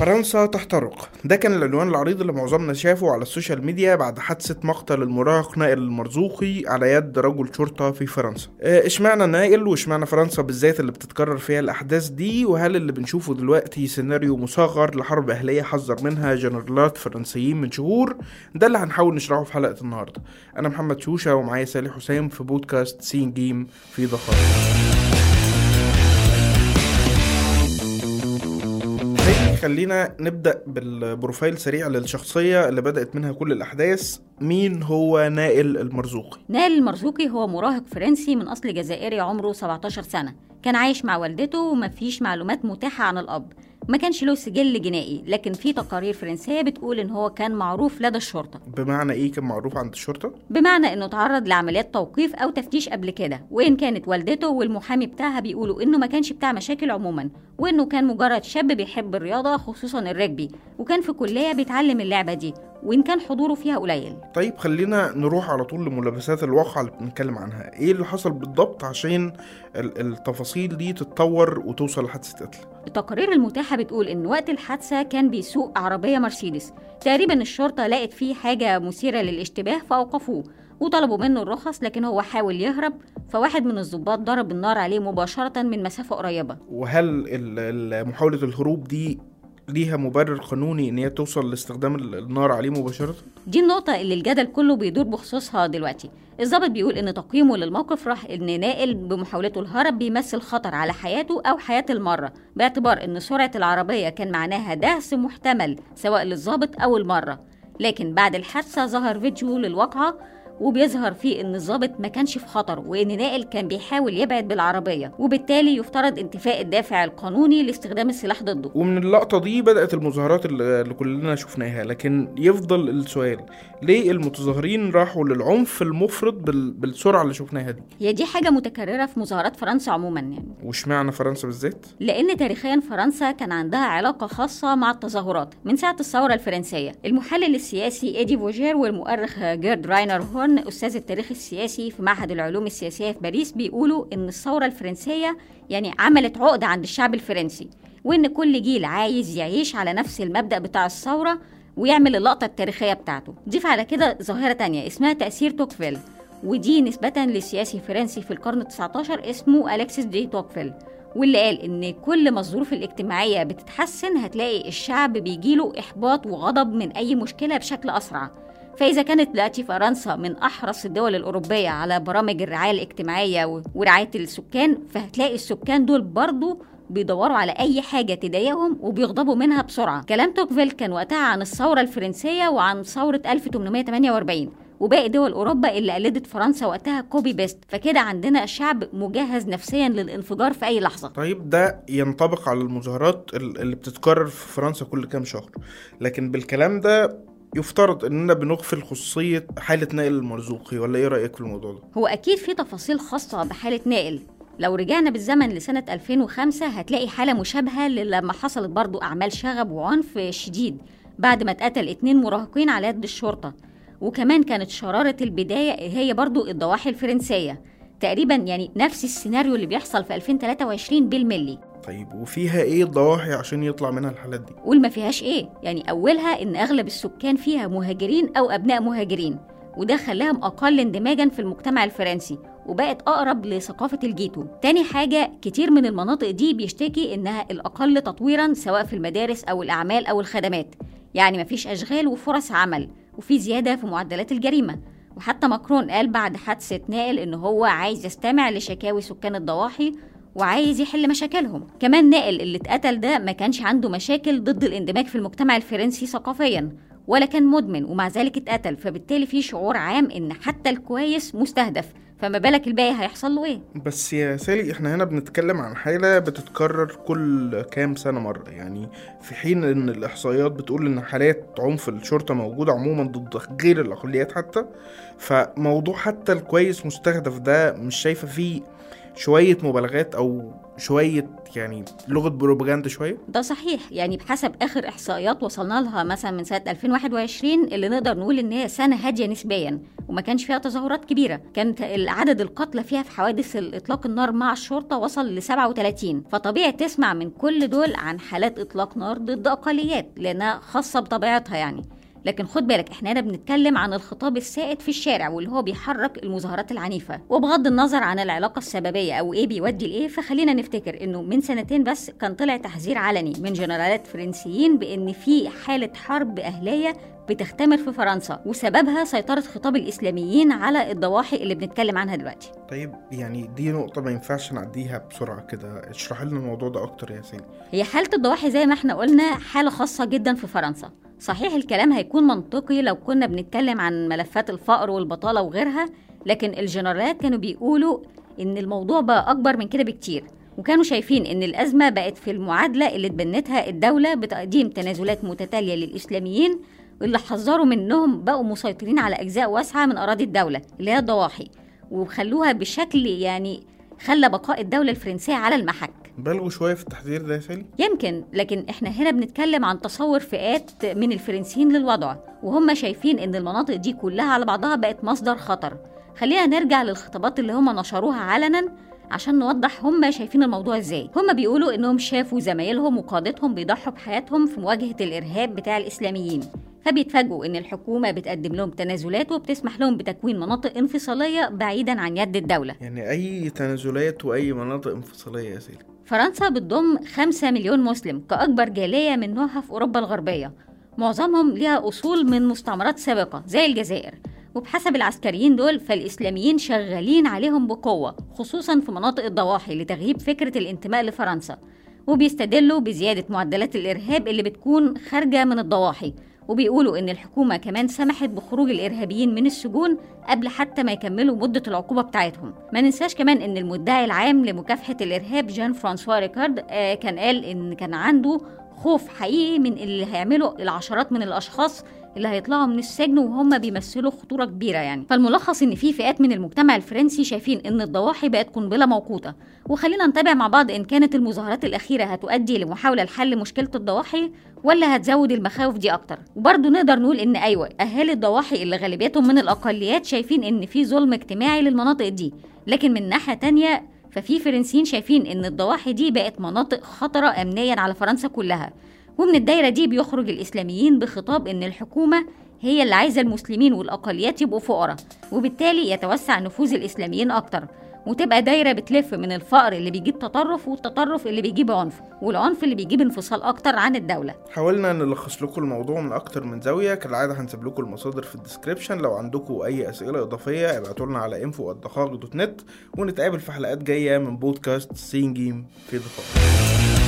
فرنسا تحترق، ده كان العنوان العريض اللي معظمنا شافه على السوشيال ميديا بعد حادثة مقتل المراهق نائل المرزوقي على يد رجل شرطة في فرنسا. اشمعنى نائل واشمعنى فرنسا بالذات اللي بتتكرر فيها الأحداث دي؟ وهل اللي بنشوفه دلوقتي سيناريو مصغر لحرب أهلية حذر منها جنرالات فرنسيين من شهور؟ ده اللي هنحاول نشرحه في حلقة النهاردة. أنا محمد شوشة ومعايا سالي حسام في بودكاست سين جيم في ضخارة. خلينا نبدأ بالبروفايل سريع للشخصية اللي بدأت منها كل الأحداث. مين هو نائل المرزوقي؟ نائل المرزوقي هو مراهق فرنسي من أصل جزائري عمره 17 سنة، كان عايش مع والدته ومفيش معلومات متاحة عن الأب، ما كانش له سجل جنائي، لكن في تقارير فرنسية بتقول إن هو كان معروف لدى الشرطة. بمعنى إيه كان معروف عند الشرطة؟ بمعنى إنه تعرض لعمليات توقيف أو تفتيش قبل كده، وإن كانت والدته والمحامي بتاعها بيقولوا إنه ما كانش بتاع مشاكل عموما، وإنه كان مجرد شاب بيحب الرياضة خصوصا الرجبي، وكان في كلية بيتعلم اللعبة دي وإن كان حضوره فيها قليل. طيب خلينا نروح على طول لملابسات الواقعة اللي بنتكلم عنها. إيه اللي حصل بالضبط عشان التفاصيل دي تتطور وتوصل لحادثة قتل؟ التقارير المتاحة بتقول إن وقت الحادثة كان بيسوق عربية مرسيدس، تقريبا الشرطة لقت فيه حاجة مثيرة للاشتباه فأوقفوه وطلبوا منه الرخص، لكن هو حاول يهرب، فواحد من الضباط ضرب النار عليه مباشرة من مسافة قريبة. وهل محاولة الهروب دي ليها مبرر قانوني ان هي توصل لاستخدام النار عليه مباشرة؟ دي النقطة اللي الجدل كله بيدور بخصوصها دلوقتي. الضابط بيقول ان تقييمه للموقف راح ان نائل بمحاولته الهرب بيمثل خطر على حياته او حياة المرة، باعتبار ان سرعة العربية كان معناها دهس محتمل سواء للضابط او المرة. لكن بعد الحادثة ظهر فيديو للواقعة وبيظهر فيه ان الضابط ما كانش في خطر، وان نائل كان بيحاول يبعد بالعربيه، وبالتالي يفترض انتفاء الدافع القانوني لاستخدام السلاح ضده. ومن اللقطه دي بدات المظاهرات اللي كلنا شفناها، لكن يفضل السؤال: ليه المتظاهرين راحوا للعنف المفرط بالسرعه اللي شفناها دي؟ هي دي حاجه متكرره في مظاهرات فرنسا عموما يعني. واشمعنى فرنسا بالذات؟ لان تاريخيا فرنسا كان عندها علاقه خاصه مع التظاهرات من ساعه الثوره الفرنسيه. المحلل السياسي إيدي فوجير والمؤرخ جيرد راينر أستاذ التاريخ السياسي في معهد العلوم السياسية في باريس بيقولوا إن الثورة الفرنسية يعني عملت عقدة عند الشعب الفرنسي، وإن كل جيل عايز يعيش على نفس المبدأ بتاع الثورة ويعمل اللقطة التاريخية بتاعته. ضيف على كده ظاهرة تانية اسمها تأثير توكفيل، ودي نسبة لسياسي فرنسي في القرن ال19 اسمه أليكسيس دي توكفيل، واللي قال إن كل ما الظروف الاجتماعية بتتحسن هتلاقي الشعب بيجيله إحباط وغضب من أي مشكلة بشكل أسرع. فإذا كانت دلوقتي فرنسا من أحرص الدول الأوروبية على برامج الرعاية الاجتماعية ورعاية السكان، فهتلاقي السكان دول برضو بيدوروا على أي حاجة تضايقهم وبيغضبوا منها بسرعة. كلام توكفيل كان وقتها عن الثورة الفرنسية وعن ثورة 1848 وباقي دول أوروبا اللي قلدت فرنسا وقتها كوبي بيست، فكده عندنا شعب مجهز نفسيا للانفجار في أي لحظة. طيب ده ينطبق على المظاهرات اللي بتتكرر في فرنسا كل كام شهر، لكن بالكلام ده يفترض اننا بنغفل خصوصية حالة نائل المرزوقي، ولا ايه رأيك في الموضوع ده؟ هو اكيد في تفاصيل خاصة بحالة نائل. لو رجعنا بالزمن لسنة 2005 هتلاقي حالة مشابهة لما حصلت برضو اعمال شغب وعنف شديد بعد ما اتقتل 2 مراهقين على يد الشرطة، وكمان كانت شرارة البداية هي برضو الضواحي الفرنسية، تقريبا يعني نفس السيناريو اللي بيحصل في 2023 بالملي. طيب وفيها ايه الضواحي عشان يطلع منها الحالات دي؟ قول ما فيهاش ايه، يعني اولها ان اغلب السكان فيها مهاجرين او ابناء مهاجرين، وده خلاهم اقل اندماجا في المجتمع الفرنسي وبقت اقرب لثقافة الجيتو. تاني حاجة، كتير من المناطق دي بيشتكي انها الاقل تطويرا سواء في المدارس او الاعمال او الخدمات، يعني مفيش اشغال وفرص عمل، وفي زيادة في معدلات الجريمة. وحتى ماكرون قال بعد حادثة نائل ان هو عايز يستمع لشكاوي سكان الضواحي وعايز يحل مشاكلهم. كمان نائل اللي اتقتل ده ما كانش عنده مشاكل ضد الاندماج في المجتمع الفرنسي ثقافيا، ولا كان مدمن، ومع ذلك اتقتل، فبالتالي في شعور عام ان حتى الكويس مستهدف، فما بالك الباقي هيحصل له ايه؟ بس يا سالي احنا هنا بنتكلم عن حالة بتتكرر كل كام سنة مرة، يعني في حين ان الاحصائيات بتقول ان حالات عنف الشرطة موجودة عموما ضد غير الاقليات حتى، فموضوع حتى الكويس مستهدف ده مش شايفة فيه شوية مبالغات او شوية يعني لغة بروباجندا شوية؟ ده صحيح، يعني بحسب آخر إحصائيات وصلنا لها مثلا من سنة 2021 اللي نقدر نقول إن هي سنة هادية نسبيا وما كانش فيها تظاهرات كبيرة. كانت عدد القتلى فيها في حوادث إطلاق النار مع الشرطة وصل ل 37. فطبيعي تسمع من كل دول عن حالات إطلاق نار ضد أقليات لأنها خاصة بطبيعتها يعني. لكن خد بالك احنا هنا بنتكلم عن الخطاب السائد في الشارع واللي هو بيحرك المظاهرات العنيفة. وبغض النظر عن العلاقة السببية او ايه بيودي لايه، فخلينا نفتكر انه من سنتين بس كان طلع تحذير علني من جنرالات فرنسيين بان في حالة حرب اهلية بتختمر في فرنسا وسببها سيطرة خطاب الإسلاميين على الضواحي اللي بنتكلم عنها دلوقتي. طيب يعني دي نقطة ما ينفعش نعديها بسرعة كده، اشرح لنا الموضوع ده أكتر يا سيدي. هي حالة الضواحي زي ما احنا قلنا حالة خاصة جدا في فرنسا. صحيح الكلام هيكون منطقي لو كنا بنتكلم عن ملفات الفقر والبطالة وغيرها، لكن الجنرالات كانوا بيقولوا إن الموضوع بقى أكبر من كده بكتير، وكانوا شايفين إن الأزمة بقت في المعادلة اللي تبنتها الدولة بتقديم تنازلات متتالية للإسلاميين واللي حذروا منهم بقوا مسيطرين على أجزاء واسعة من أراضي الدولة اللي هي الضواحي، وخلوها بشكل يعني خلى بقاء الدولة الفرنسية على المحك. بلغوا شوية في التحذير ده يا سالي؟ يمكن، لكن احنا هنا بنتكلم عن تصور فئات من الفرنسيين للوضع وهم شايفين ان المناطق دي كلها على بعضها بقت مصدر خطر. خلينا نرجع للخطابات اللي هم نشروها علنا عشان نوضح هم شايفين الموضوع ازاي. هم بيقولوا انهم شافوا زمايلهم وقادتهم بيضحوا بحياتهم في مواجهة الارهاب بتاع الاسلاميين، فبيتفاجئوا ان الحكومة بتقدم لهم تنازلات وبتسمح لهم بتكوين مناطق انفصالية بعيدا عن يد الدولة. يعني اي تنازلات واي مناطق انفصالية يا سيدي؟ فرنسا بتضم 5 مليون مسلم كأكبر جالية من نوعها في أوروبا الغربية، معظمهم لها أصول من مستعمرات سابقة زي الجزائر، وبحسب العسكريين دول فالإسلاميين شغالين عليهم بقوة خصوصا في مناطق الضواحي لتغييب فكرة الانتماء لفرنسا، وبيستدلوا بزيادة معدلات الإرهاب اللي بتكون خارجة من الضواحي، وبيقولوا إن الحكومة كمان سمحت بخروج الإرهابيين من السجون قبل حتى ما يكملوا مدة العقوبة بتاعتهم. ما ننساش كمان إن المدعي العام لمكافحة الإرهاب جان فرانسوا ريكارد كان قال إن كان عنده خوف حقيقي من اللي هيعمله العشرات من الأشخاص اللي هيطلعوا من السجن وهم بيمثلوا خطورة كبيرة يعني. فالملخص إن في فئات من المجتمع الفرنسي شايفين إن الضواحي بقت قنبلة موقوتة، وخلينا نتابع مع بعض إن كانت المظاهرات الأخيرة هتؤدي لمحاولة لحل مشكلة الضواحي ولا هتزود المخاوف دي أكتر. وبرضه نقدر نقول إن أيوة أهالي الضواحي اللي غالبيتهم من الأقليات شايفين إن في ظلم اجتماعي للمناطق دي، لكن من ناحية تانية ففي فرنسيين شايفين إن الضواحي دي بقت مناطق خطرة أمنيا على فرنسا كلها. ومن الدايرة دي بيخرج الإسلاميين بخطاب إن الحكومة هي اللي عايزة المسلمين والأقليات يبقوا فقراء، وبالتالي يتوسع نفوذ الإسلاميين أكتر، وتبقى دايرة بتلف من الفقر اللي بيجيب تطرف والتطرف اللي بيجيب عنف والعنف اللي بيجيب انفصال أكتر عن الدولة. حاولنا نلخص لكم الموضوع من أكتر من زاوية، كالعادة هنسيب لكم المصادر في الديسكريبشن. لو عندكم أي أسئلة إضافية ابعتوا لنا على info@دقائق.net، ونتقابل في حلقات جاية من بودكاست سين جيم في دقائق.